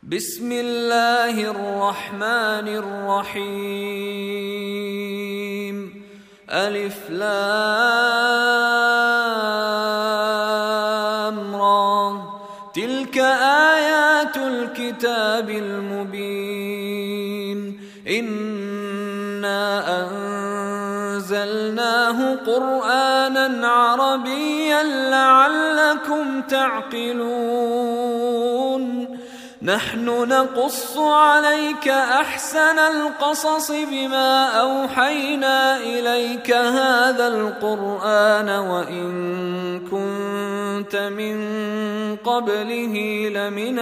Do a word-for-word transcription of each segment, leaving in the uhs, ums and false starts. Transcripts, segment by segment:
بسم الله الرحمن الرحيم. ألف لام را، تلك آيات الكتاب المبين. إنا أنزلناه قرآنا عربيا لعلكم تعقلون. نحن نقص عليك أحسن القصص بما أوحينا إليك هذا القرآن وإن كنت من قبله لمن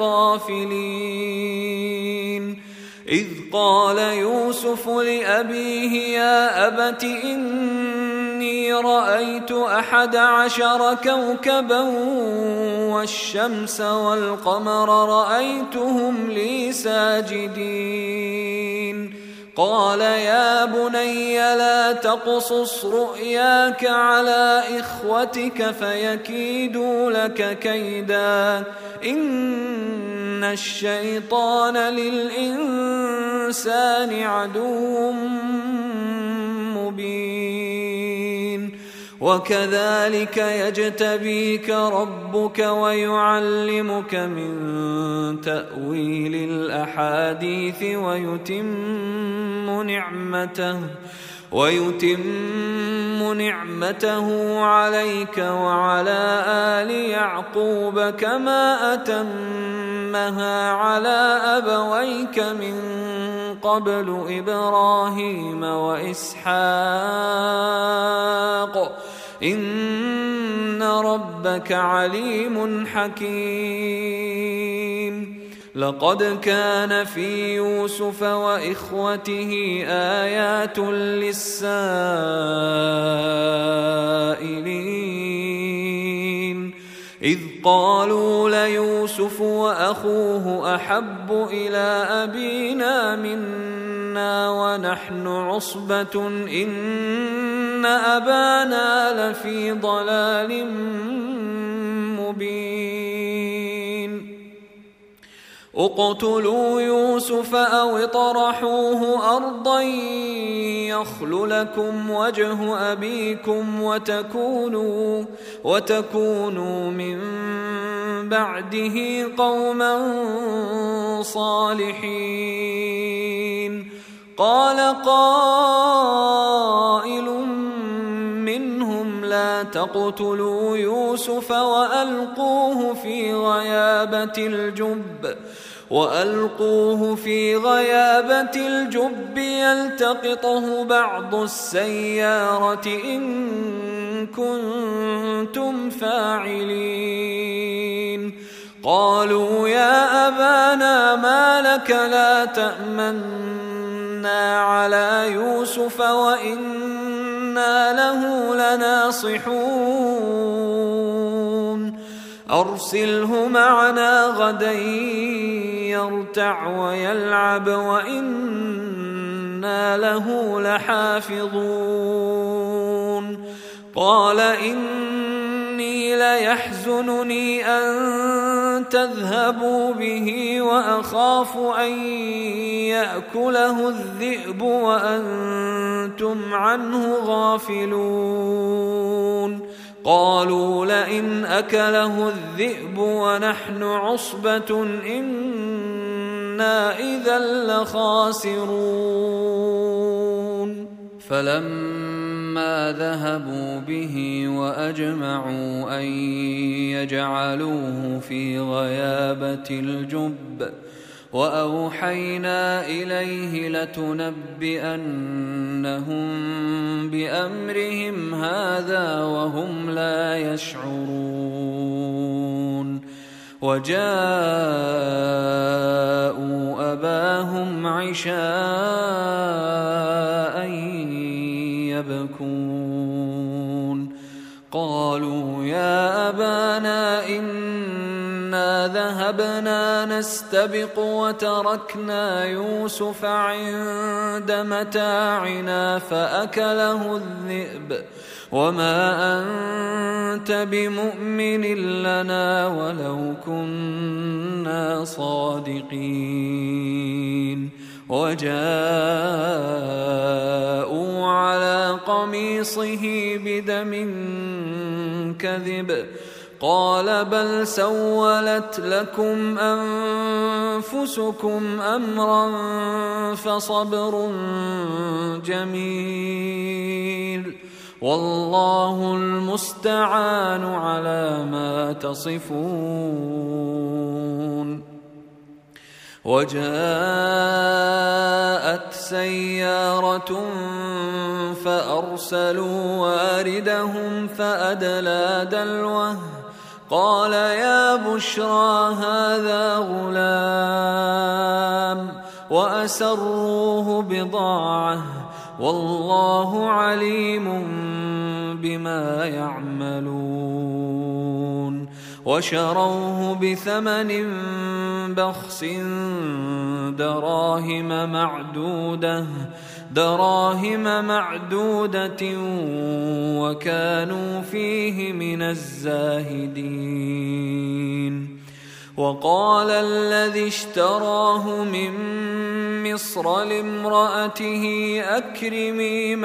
الغافلين. إذ قال يوسف لأبيه يا أبت إني رأيت أحد عشر كوكبا والشمس والقمر رأيتهم لي ساجدين. قال يا بني لا تقصص رؤياك على إخوتك فيكيدوا لك كيدا، إن الشيطان للإنسان عدو مبين. وكذلك يجتبيك ربك ويعلمك من تأويل الأحاديث ويتم نعمته ويتم نعمته عليك وعلى آل يعقوب كما أتمها على أبويك من قبل إبراهيم وإسحاق إن ربك عليم حكيم. لقد كان في يوسف وإخوته آيات للسائلين، إذ قالوا ليوسف وأخوه أحب إلى أبينا منا ونحن عصبة إن أبانا لفي ضلال مبين. اقتلوا يوسف أو اطرحوه أرضا يخل لكم وجه أبيكم وتكونوا, وتكونوا من بعده قوما صالحين. قال قائل منهم لا تقتلوا يوسف وألقوه في غيابة الجب وألقوه في غيابة الجب يلتقطه بعض السيارة إن كنتم فاعلين. قالوا يا أبانا ما لك لا تأمنا على يوسف وإنا له لناصحون. أرسله معنا غدا يرتع ويلعب وإنا له لحافظون. قال إني ليحزنني أن تذهبوا به وأخاف أن يأكله الذئب وأنتم عنه غافلون. قالوا لئن أكله الذئب ونحن عصبة إنا إذا لخاسرون. فلما ذهبوا به وأجمعوا أن يجعلوه في غيابة الجب وأوحينا إليه لتنبئنهم بأمرهم هذا وهم لا يشعرون. وجاءوا أباهم عشاء يبكون. قالوا يا أبانا إنا ذهبنا نستبق وتركنا يوسف عند متاعنا فأكله الذئب وما أنت بمؤمن لنا ولو كنا صادقين. وجاءوا على قميصه بدم كذب قال بل سولت لكم أنفسكم أمرا فصبر جميل والله المستعان على ما تصفون. وجاءت سيارة فأرسلوا واردهم فأدلى دلوه قال يا بشرى هذا غلام وأسروه بضاعة والله عليم بما يعملون. وشروه بثمن بخس دراهم معدودة دراهم معدودة وكانوا فيه من الزاهدين. وقال الذي اشتراه من مصر لامرأته أكرمي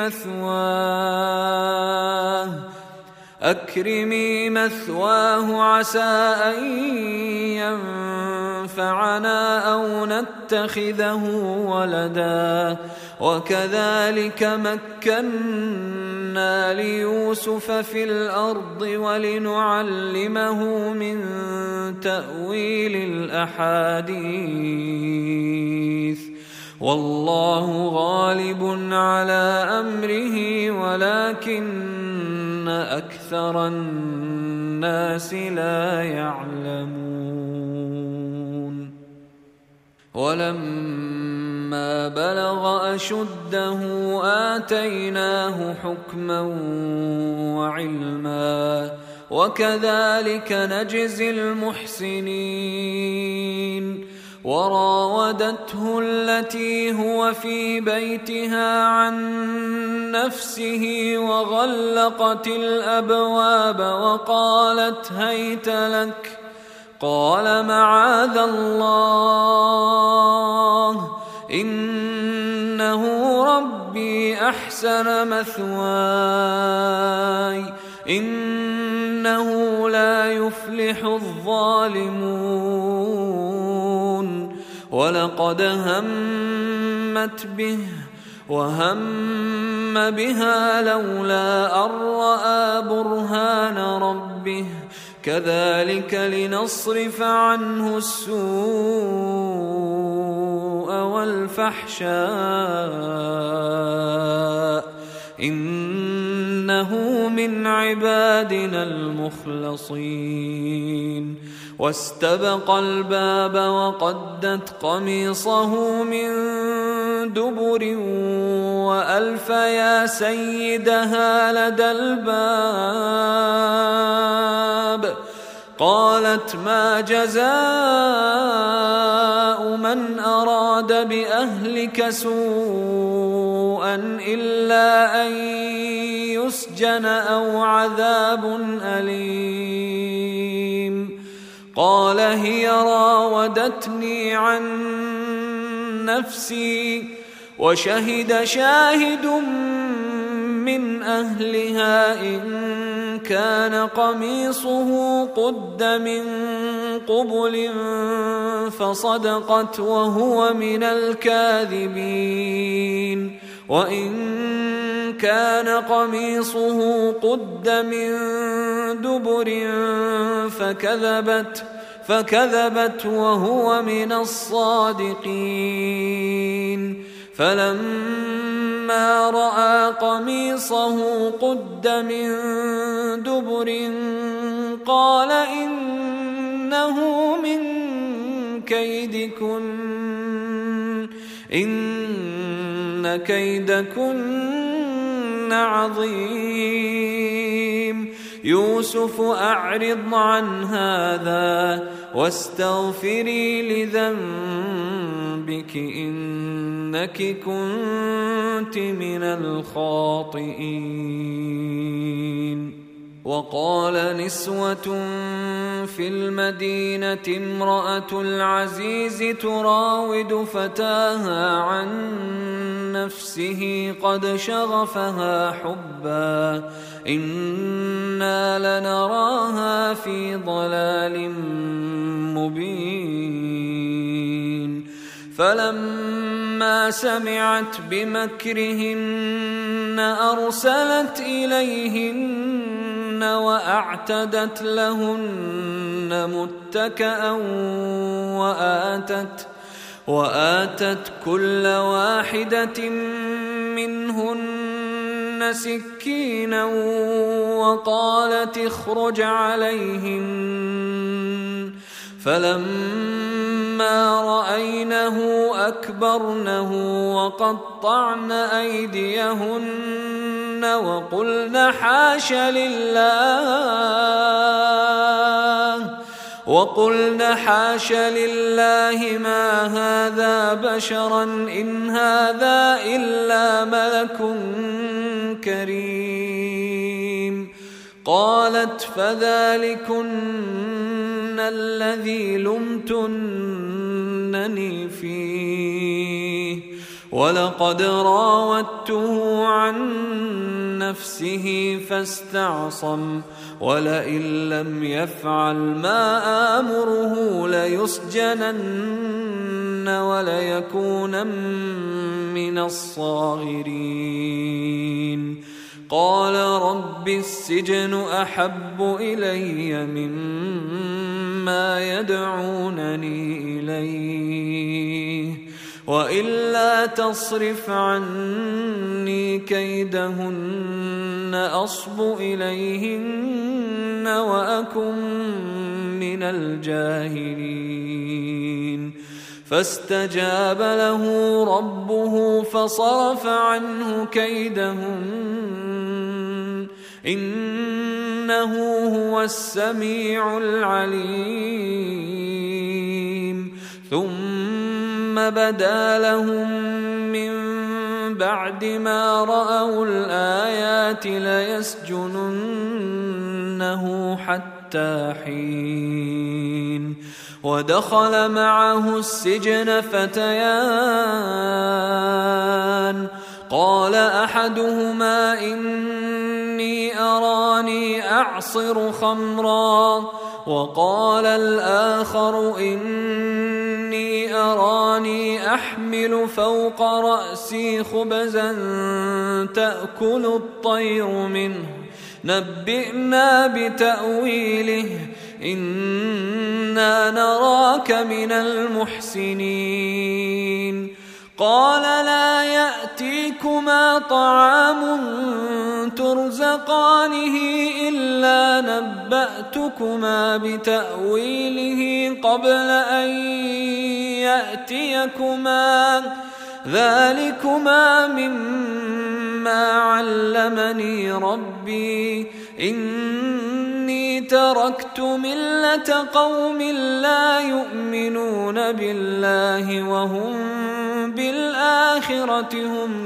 مثواه أكرمي مثواه عسى أن ينفعنا أو نتخذه ولدا وكذلك مكنا ليوسف في الأرض ولنعلمه من تأويل الأحاديث والله غالب على أمره ولكن أكثر الناس لا يعلمون. ولما بلغ أشده آتيناه حكما وعلما وكذلك نجزي المحسنين. وراودته التي هو في بيتها عن نفسه وغلقت الأبواب وقالت هيت لك قال معاذ الله إنه ربي أحسن مثواي إنه لا يفلح الظالمون. ولقد همت به وهم بها لولا أن رأى برهان ربه كذلك لنصرف عنه السوء والفحشاء إنه من عبادنا المخلصين. واستبق الباب وقدت قميصه من دبر وألف يا سيدها لدى الباب قالت ما جزاء من أراد بأهلك سوءا إلا أن يسجن أو عذاب أليم. قال هي راودتني عن نفسي وشهد شاهد من أهلها إن كان قميصه قد من قبل فصدقت وهو من الكاذبين وإن كان قميصه قد من دبر فكذبت فكذبت وهو من الصادقين. فلما رأى قميصه قد من دبر قال إنه من كيدكن إن كيدكن عظيم. يوسف أعرض عن هذا واستغفري لذنبك إنك كنت من الخاطئين. وقال نسوة في المدينة امرأة العزيز تراود فتاها عن نفسه قد شغفها حبا إنا لنراها في ضلال مبين. فلما سمعت بمكرهن أرسلت إليهن وأعتدت لهن متكأ وآتت, وآتت كل واحدة منهن سكينا وقالت اخرج عليهن. فلما رأينه أكبرنه وقطعن أيديهن وقلن حاش لله وقلن حاش لله ما هذا بشرا إن هذا إلا ملك كريم. قالت فذلكن الذي لمتنني فيه ولقد راودته عن نفسه فاستعصم ولئن لم يفعل ما آمره ليسجنن وليكون من الصاغرين. قال رب السجن أحب إلي مما يدعونني إليه وإلا تصرف عني كيدهن أصب إليهن وأكن من الجاهلين. فاستجاب له ربه فصرف عنه كيدهن إنه هو السميع العليم. ثم بدا لهم من بعد ما رأوا الآيات ليسجننه حتى حين. ودخل معه السجن فتيان قال أحدهما إني أراني أعصر خمرا وقال الآخر إني أراني أحمل فوق رأسي خبزا تأكل الطير منه نبئنا بتأويله إنا نراك من المحسنين. قال لا يأتيكما طعام ترزقانه إلا نبأتكما بتأويله قبل أن يأتيكما ذلكما مما علمني ربي إني تركت ملة قوم لا يؤمنون بالله وهم بالآخرة هم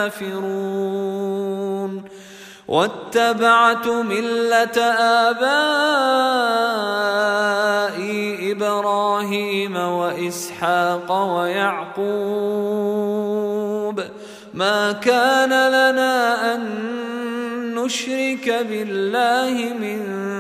كافرون. واتبعت ملة آبائي إبراهيم وإسحاق ويعقوب ما كان لنا أن نشرك بالله من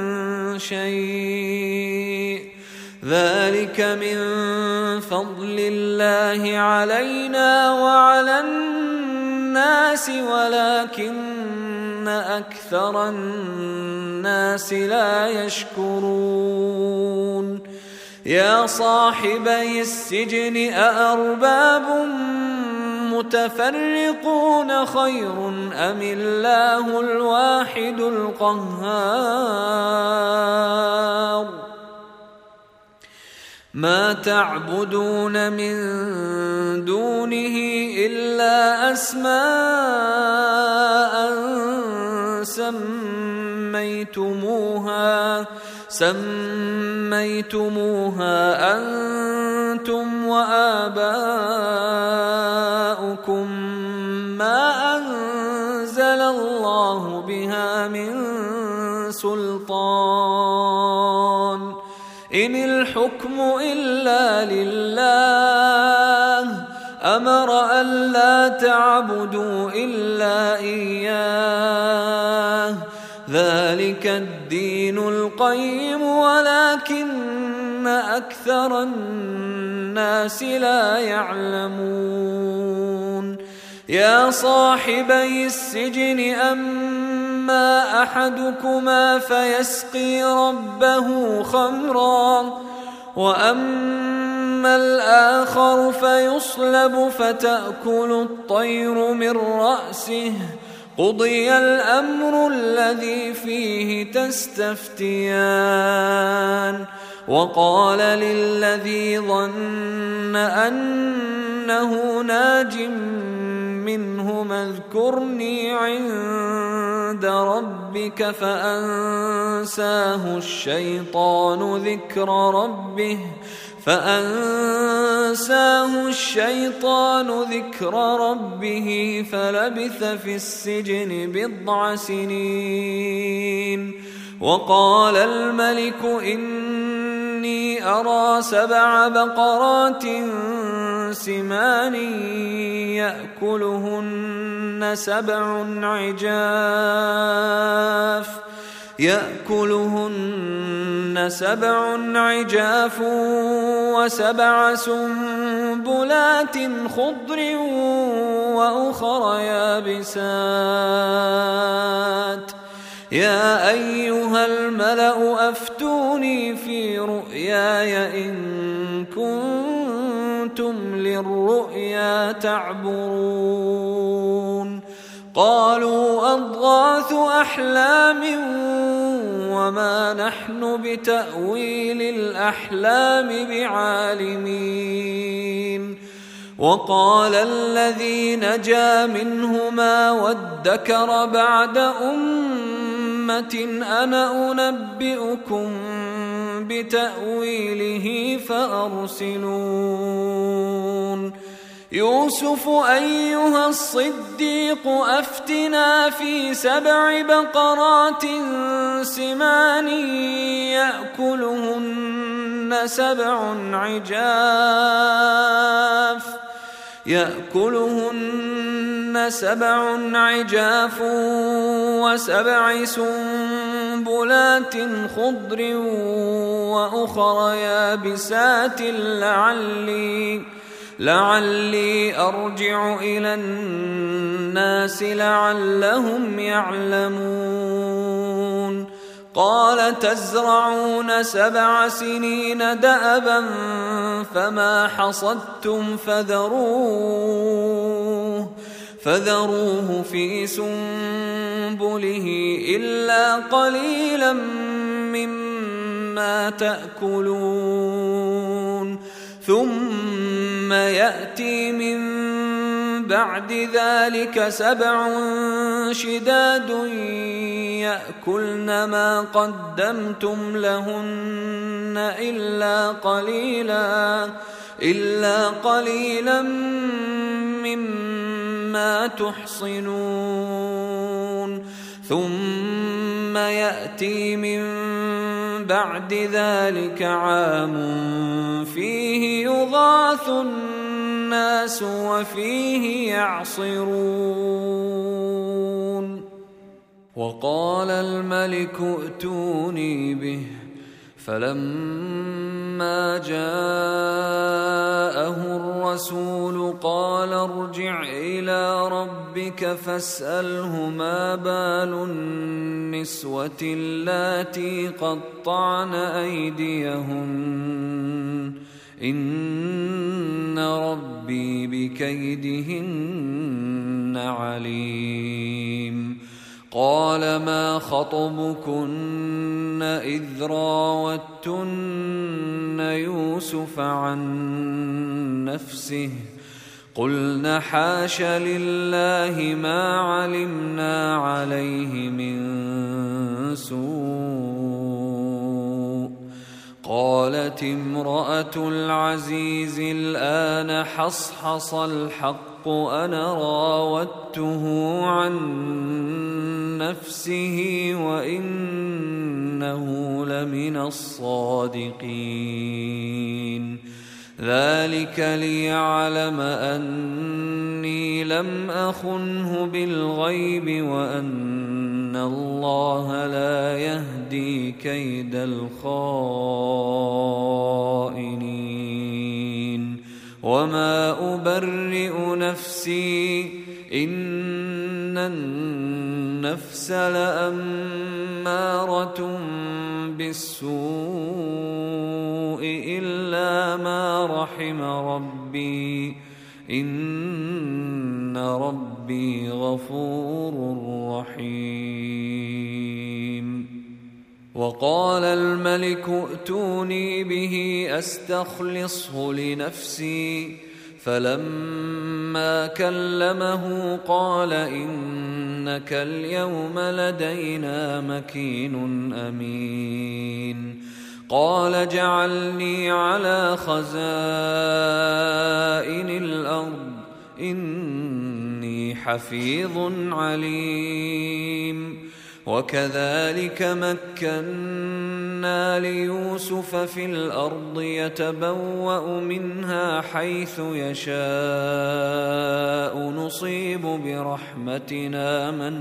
شيء ذلك من فضل الله علينا وعلى الناس ولكن أكثر الناس لا يشكرون. يا صاحبي السجن أأرباب متفرقون خير أم الله الواحد القهار. ما تعبدون من دونه إلا أسماء سميتموها سميتموها سميتموها أنتم وآباؤكم ما أنزل الله بها من سلطان إن الحكم إلا لله أمر ألا تعبدوا إلا إياه ذلك الدين القيم ولكن أكثر الناس لا يعلمون يا صاحبي السجن أما أحدكما فيسقي ربه خمرا وأما الآخر فيصلب فتأكل الطير من رأسه قضي الأمر الذي فيه تستفتيان وقال للذي ظن أنه ناج منهما اذكرني عند ربك فأنساه الشيطان ذكر ربه فأنساه الشيطان ذكر ربه فلبث في السجن بضع سنين وقال الملك إني أرى سبع بقرات سمان يأكلهن سبع عجاف يأكلهن سبع عجاف وسبع سنبلات خضر وأخر يابسات يا أيها الملأ أفتوني في رؤياي إن كنتم للرؤيا تعبرون قالوا أضغاث أحلام وما نحن بتأويل الأحلام بعالمين وقال الذي نجا منهما وادكر بعد أمة أنا أنبئكم بتأويله فأرسلون يوسف أيها الصديق أفتنا في سبع بقرات سمان يأكلهن سبع عجاف يأكلهن سبع عجاف وسبع سنبلات خضر وأخر يابسات لعلي لعلي أرجع إلى الناس لعلهم يعلمون قال تزرعون سبع سنين دأبا فما حصدتم فذروه فذروه في سنبله إلا قليلا مما تأكلون ثم يأتي من بعد ذلك سبع شداد يأكلن ما قدمتم لهن إلا قليلا إلا قليلا مما تحصنون ثم يأتي من بعد ذلك عام فيه يغاث الناس وفيه يعصرون وقال الملك ائتوني به فلما جاءه الرسول قال ارجع إلى ربك فاسأله ما بال النسوة اللاتي قطعن أيديهن إن ربي بكيدهن عليم قال ما خطبكن إذ راوتن يوسف عن نفسه قلنا حاش لله ما علمنا عليه من سوء. قالت امرأة العزيز الآن حصحص الحق أنا راودته عن نفسه وإنه لمن الصادقين. ذلك ليعلم أني لم أخنه بالغيب وأن الله لا يهدي كيد الخائنين. وما أبرئ نفسي إن النفس لأمارة بالسوء إلا ما رحم ربي إن ربي غفور رحيم. وقال الملك ائتوني به أستخلصه لنفسي. فلما كلمه قال إنك اليوم لدينا مكين أمين. قال اجعلني على خزائن الأرض إني حفيظ عليم. وكذلك مكنا ليوسف في الأرض يتبوأ منها حيث يشاء نصيب برحمتنا من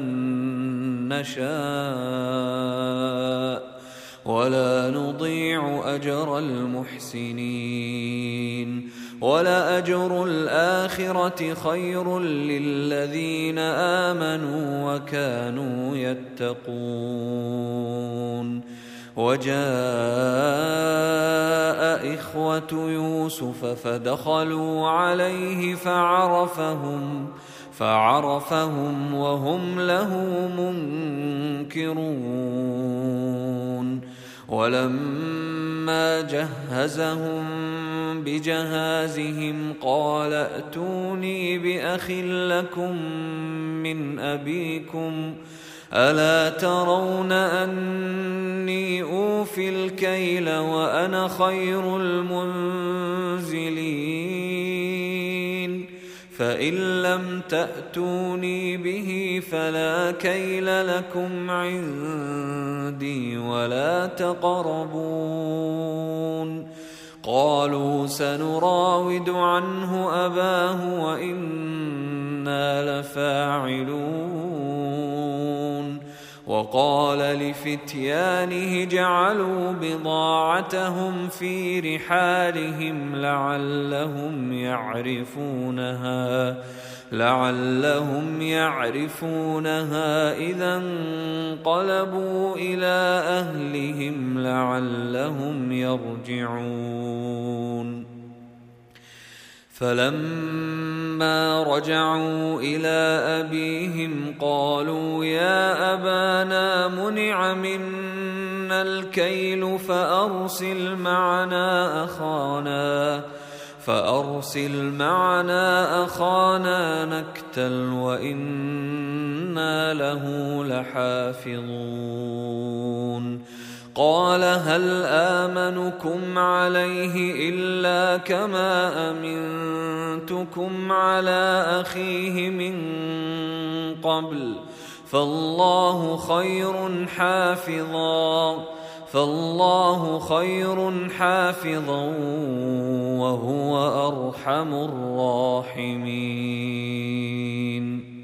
نشاء ولا نضيع أجر المحسنين. ولأجر الآخرة خير للذين آمنوا وكانوا يتقون. وجاء إخوة يوسف فدخلوا عليه فعرفهم فعرفهم وهم له منكرون. ولما جهزهم بجهازهم قال ائتوني بأخ لكم من أبيكم ألا ترون أني أوفي الكيل وأنا خير المنزلين. فإن لم تأتوني به فلا كيل لكم عندي ولا تقربون. قالوا سنراود عنه أباه وإنا لفاعلون. وقال لفتيانه جعلوا بضاعتهم في رحالهم لعلهم يعرفونها لعلهم يعرفونها إذا انقلبوا إلى أهلهم لعلهم يرجعون. فلما رجعوا إلى أبيهم قالوا يا أبانا منع منا الكيل فأرسل معنا أخانا فأرسل معنا أخانا نكتل وإنا له لحافظون. قال هل آمنكم عليه إلا كما أمنتكم على أخيه من قبل فالله خير حافظا فالله خير حافظا وهو أرحم الراحمين.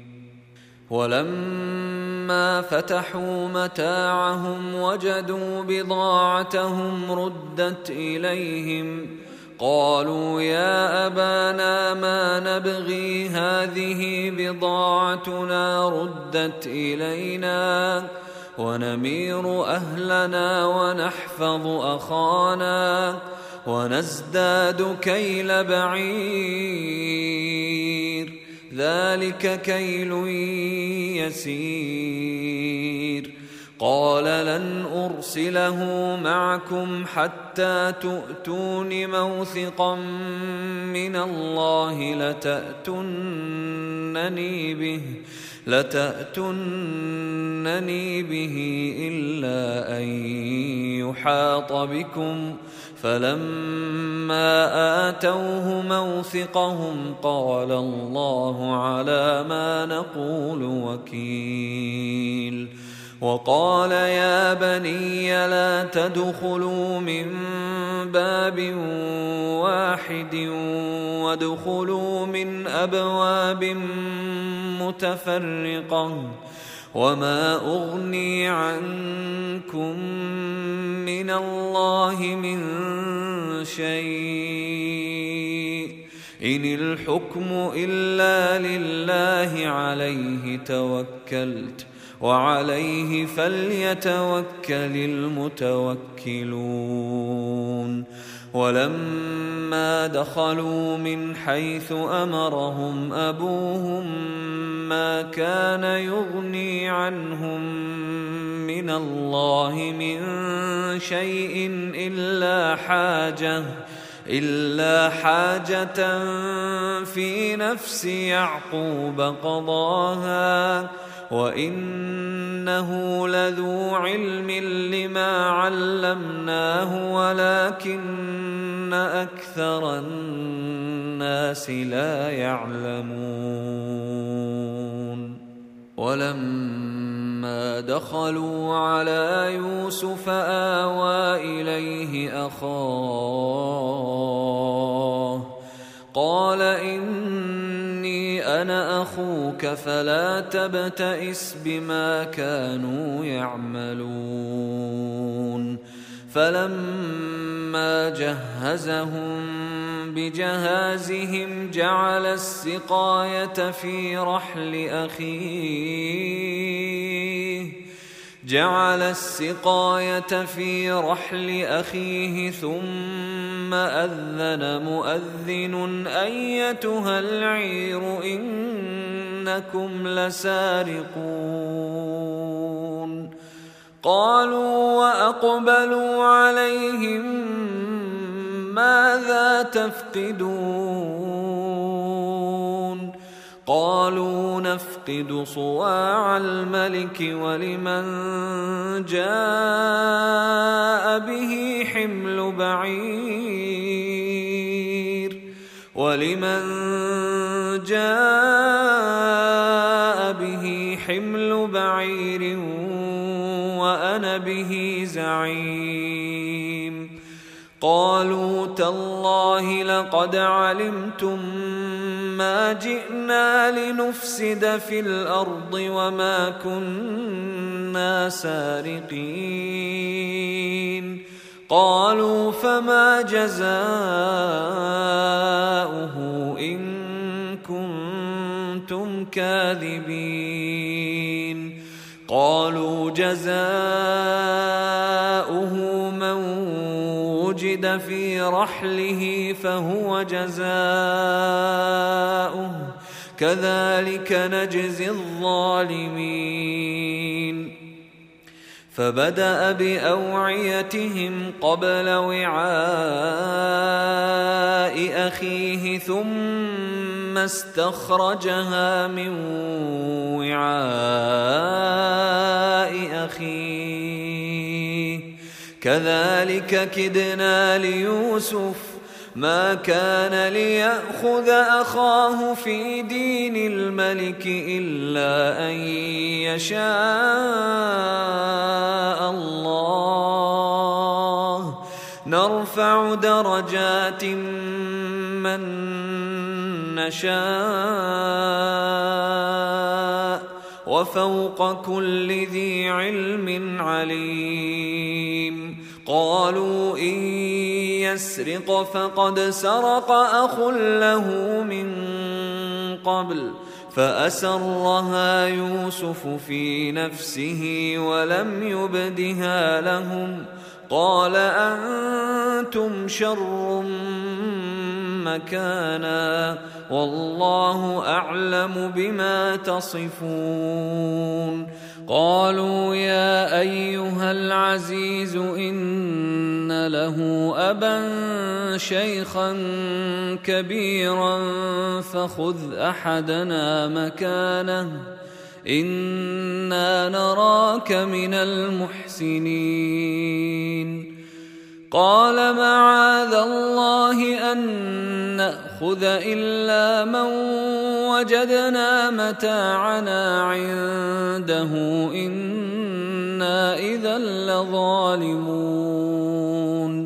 ولما فتحوا متاعهم وجدوا بضاعتهم ردت إليهم قالوا يا أبانا ما نبغي هذه بضاعتنا ردت إلينا ونمير أهلنا ونحفظ أخانا ونزداد كيل بعير ذلك كيل يسير. قال لن أرسله معكم حتى تؤتون موثقا من الله لتأتونني به لتأتونني به إلا أن يحاط بكم. فلما آتوه موثقهم قال الله على ما نقول وكيل. وقال يا بني لا تدخلوا من باب واحد وادخلوا من أبواب متفرقة وما أغني عنكم من الله من شيء إن الحكم إلا لله عليه توكلت وعليه فليتوكل المتوكلون. ولما دخلوا من حيث أمرهم أبوهم ما كان يغني عنهم من الله من شيء إلا حاجة إلا حاجة في نفس يعقوب قضاها وإنه لذو علم لما علمناه ولكن أكثر الناس لا يعلمون. ولما دخلوا على يوسف آوى إليه أخاه قال إني أنا أخوك فلا تبتئس بما كانوا يعملون. فلما جهزهم بجهازهم جعل السقاية في رحل أخيه جعل السقاية في رحل أخيه ثم أذن مؤذن أيتها العير إنكم لسارقون. قالوا وأقبلوا عليهم ماذا تفقدون؟ قالوا نفقد صواع الملك ولمن جاء به حمل بعير ولمن جاء به حمل بعير وأنا به زعيم. قالوا تالله لقد علمتم ما جئنا لنفسد في الأرض وما كنا سارقين. قالوا فما جزاؤه إن كنتم كاذبين؟ قالوا جزاؤه من وجد في رحله فهو جزاؤه كذلك نجزي الظالمين. فبدأ بأوعيتهم قبل وعاء أخيه ثم استخرجها من وعاء أخيه كذلك كدنا ليوسف ما كان ليأخذ أخاه في دين الملك إلا أن يشاء الله نرفع درجات من نشاء وفوق كل ذي علم عليم. قالوا إن يسرق فقد سرق أخ له من قبل فأسرها يوسف في نفسه ولم يبدها لهم قال أنتم شر مكانا والله أعلم بما تصفون. قالوا يا أيها العزيز إن له أبا شيخا كبيرا فخذ أحدنا مكانه إنا نراك من المحسنين. قال معاذ الله أن نأخذ إلا من وجدنا متاعنا عنده إنا إذا لظالمون.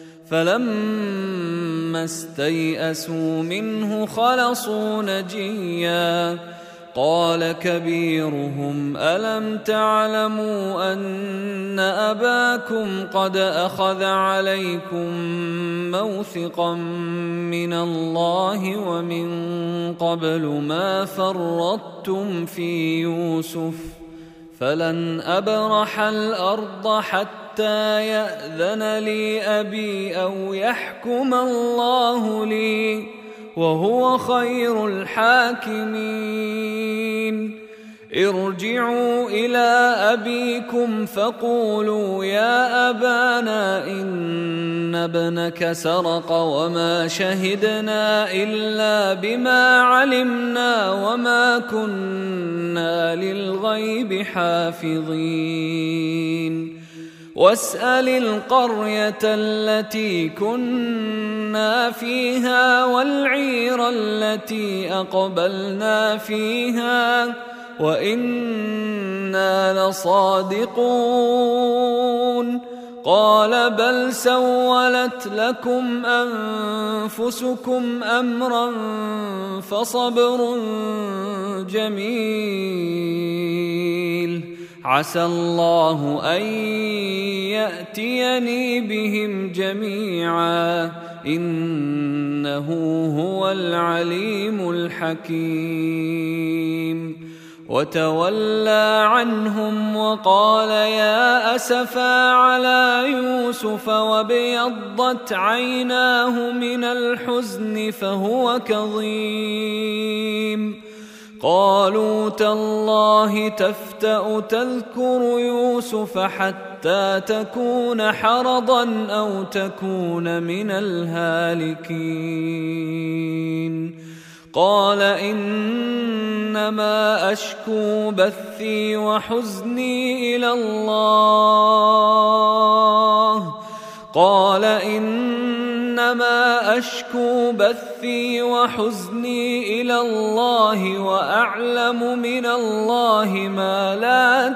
فلما استيئسوا منه خلصوا نجيا. قال كبيرهم ألم تعلموا أن أباكم قد أخذ عليكم موثقا من الله ومن قبل ما فرطتم في يوسف فلن أبرح الأرض حتى يأذن لي أبي أو يحكم الله لي وهو خير الحاكمين. ارجعوا إلى أبيكم فقولوا يا أبانا إن ابنك سرق وما شهدنا إلا بما علمنا وما كنا للغيب حافظين. واسأل القرية التي كنا فيها والعير التي أقبلنا فيها وإنا لصادقون. قال بل سولت لكم أنفسكم أمرا فصبر جميل عسى الله أن يأتيني بهم جميعا إنه هو العليم الحكيم. وتولى عنهم وقال يا أسفا على يوسف وابيضت عيناه من الحزن فهو كظيم. قالوا تالله تفتأ تذكر يوسف حتى تكون حرضا أو تكون من الهالكين. قال إنما أشكو بثي وحزني إلى الله قال إنما أشكو بثي وحزني إلى الله وأعلم من الله ما لا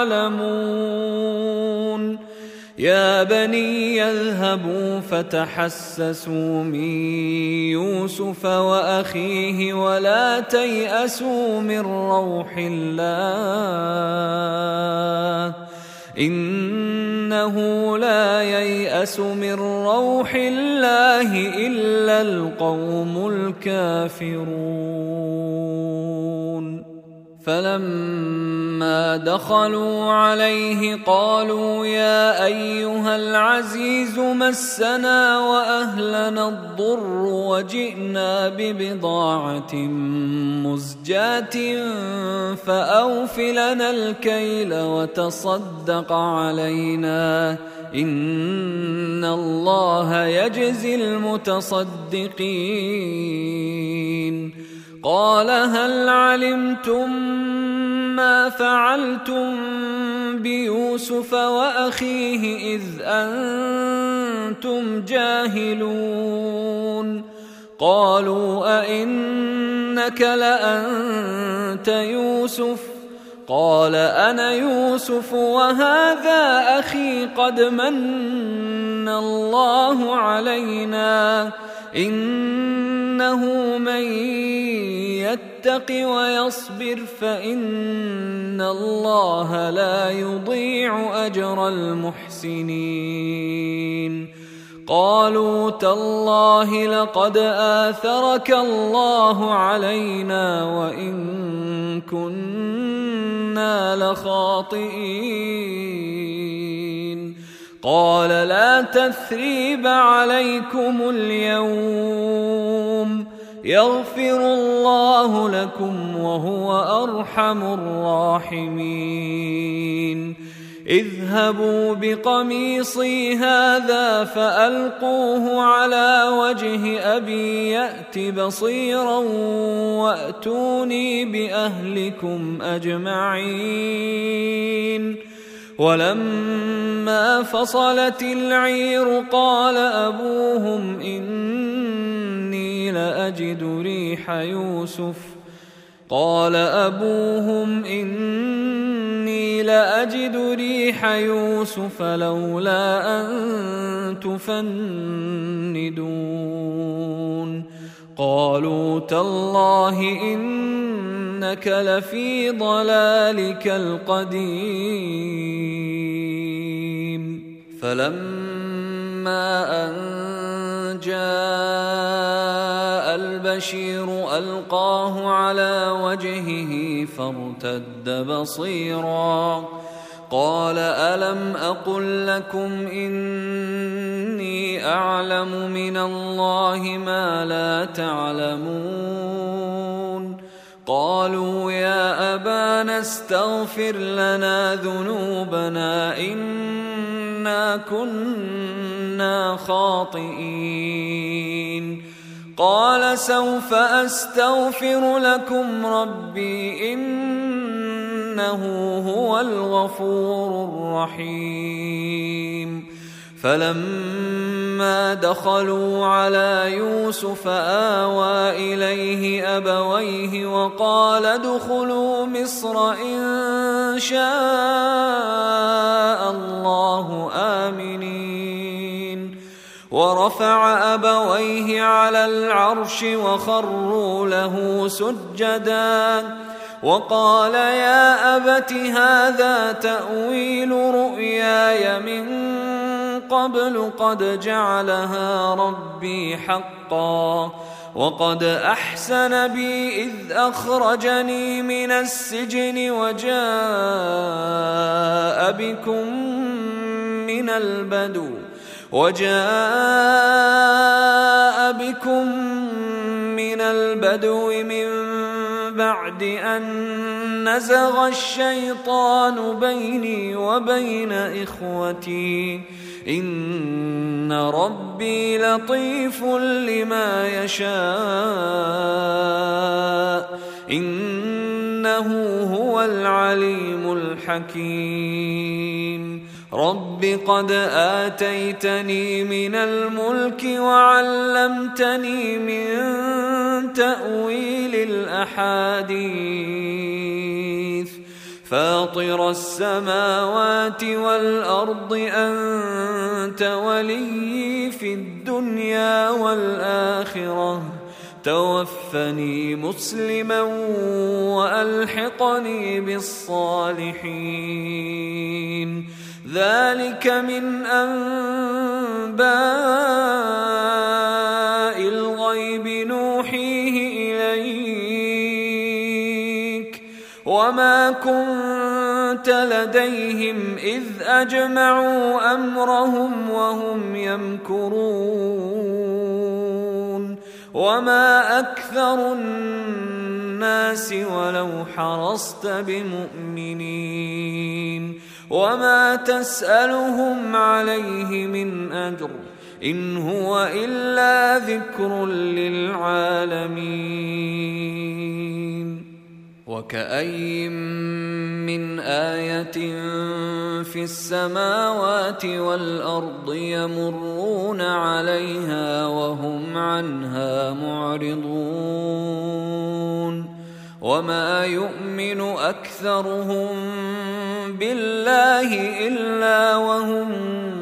تعلمون. يا بني يذهبوا فتحسسوا من يوسف وأخيه ولا تيأسوا من روح الله إنه لا ييأس من روح الله إلا القوم الكافرون. فلما دخلوا عليه قالوا يا أيها العزيز مسنا وأهلنا الضر وجئنا ببضاعة مزجاة فأوف لنا الكيل وتصدق علينا إن الله يجزي المتصدقين. قال هل علمتم ما فعلتم بيوسف وأخيه إذ أنتم جاهلون. قالوا أئنك لأنت يوسف قال أنا يوسف وهذا أخي قد من الله علينا إنه من يتق ويصبر فإن الله لا يضيع أجر المحسنين. قالوا تالله لقد آثرك الله علينا وإن كنا لخاطئين. قال لا تثريب عليكم اليوم يغفر الله لكم وهو أرحم الراحمين. اذهبوا بقميصي هذا فألقوه على وجه أبي يأت بصيرا وأتوني بأهلكم أجمعين. ولما فصلت العير قال أبوهم إني لأجد ريح يوسف قال أبوهم إني لأجد ريح يوسف لولا أن تفندون. قالوا تالله إنك لفي ضلالك القديم. فلما أن جاء البشير ألقاه على وجهه فارتد بصيرا قال ألم أقل لكم إني أعلم من الله ما لا تعلمون. قالوا يا أبانا استغفر لنا ذنوبنا إنا كنا خاطئين. قال سوف أستغفر لكم ربي إنه هو الغفور الرحيم. فلما دخلوا على يوسف آوى إليه أبويه وقال ادخلوا مصر إن شاء الله آمنين. ورفع أبويه على العرش وخروا له سجدا وقال يا أبت هذا تأويل رؤياي من قبل قد جعلها ربي حقا وقد أحسن بي إذ أخرجني من السجن وجاء بكم من البدو وجاء بكم من البدو من بعد أن نزغ الشيطان بيني وبين إخوتي إن ربي لطيف لما يشاء إنه هو العليم الحكيم. رب قد آتيتني من الملك وعلمتني من تأويل الأحاديث فاطر السماوات والأرض أنت ولي في الدنيا والآخرة توفني مسلما وألحقني بالصالحين. ذلك من أنباء الغيب نوحيه إليك وما كنت لديهم إذ أجمعوا أمرهم وهم يمكرون وما أكثر الناس ولو حرصت بمؤمنين وما تسألهم عليه من أجر إن هو إلا ذكر للعالمين. وكأي من آية في السماوات والأرض يمرون عليها وهم عنها معرضون وما يؤمن أكثرهم بالله إلا وهم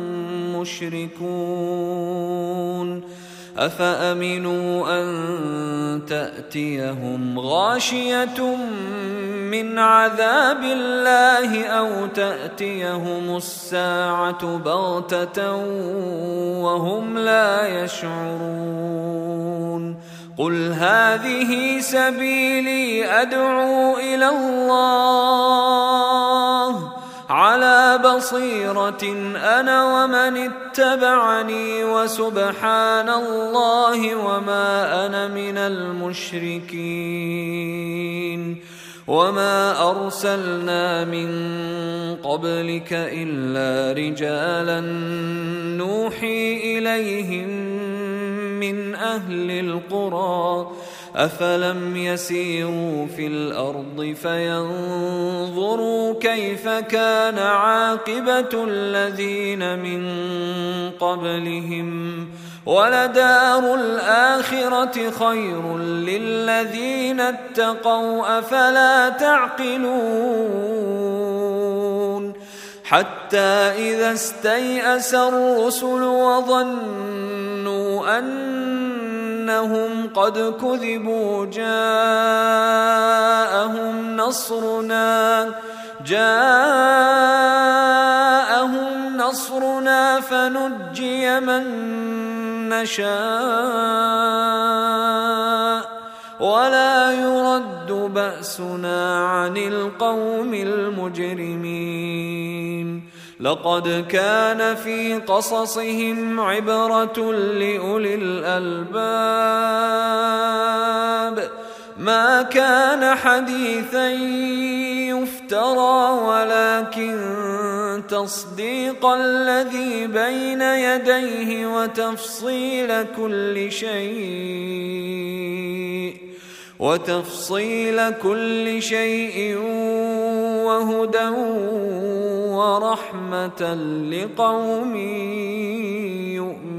مشركون. أفأمنوا أن تأتيهم غاشية من عذاب الله أو تأتيهم الساعة بغتة وهم لا يشعرون. قل هذه سبيلي أدعو إلى الله على بصيرة أنا ومن اتبعني وسبحان الله وما أنا من المشركين. وما أرسلنا من قبلك إلا رجالا نوحي إليهم من أهل القرى أفلم يسيروا في الأرض فينظروا كيف كان عاقبة الذين من قبلهم ولدار الآخرة خير للذين اتقوا أفلا تعقلون. حتى إذا استيأس الرسل وظنوا أنهم قد كذبوا جاءهم نصرنا جاءهم نصرنا فنجي من نشاء ولا يرد بأسنا عن القوم المجرمين. لقد كان في قصصهم عبرة لأولي الألباب ما كان حديثا يفترى ولكن تصديق الذي بين يديه وتفصيل كل شيء وتفصيل كل شيء وهدى ورحمة لقوم يؤمنون.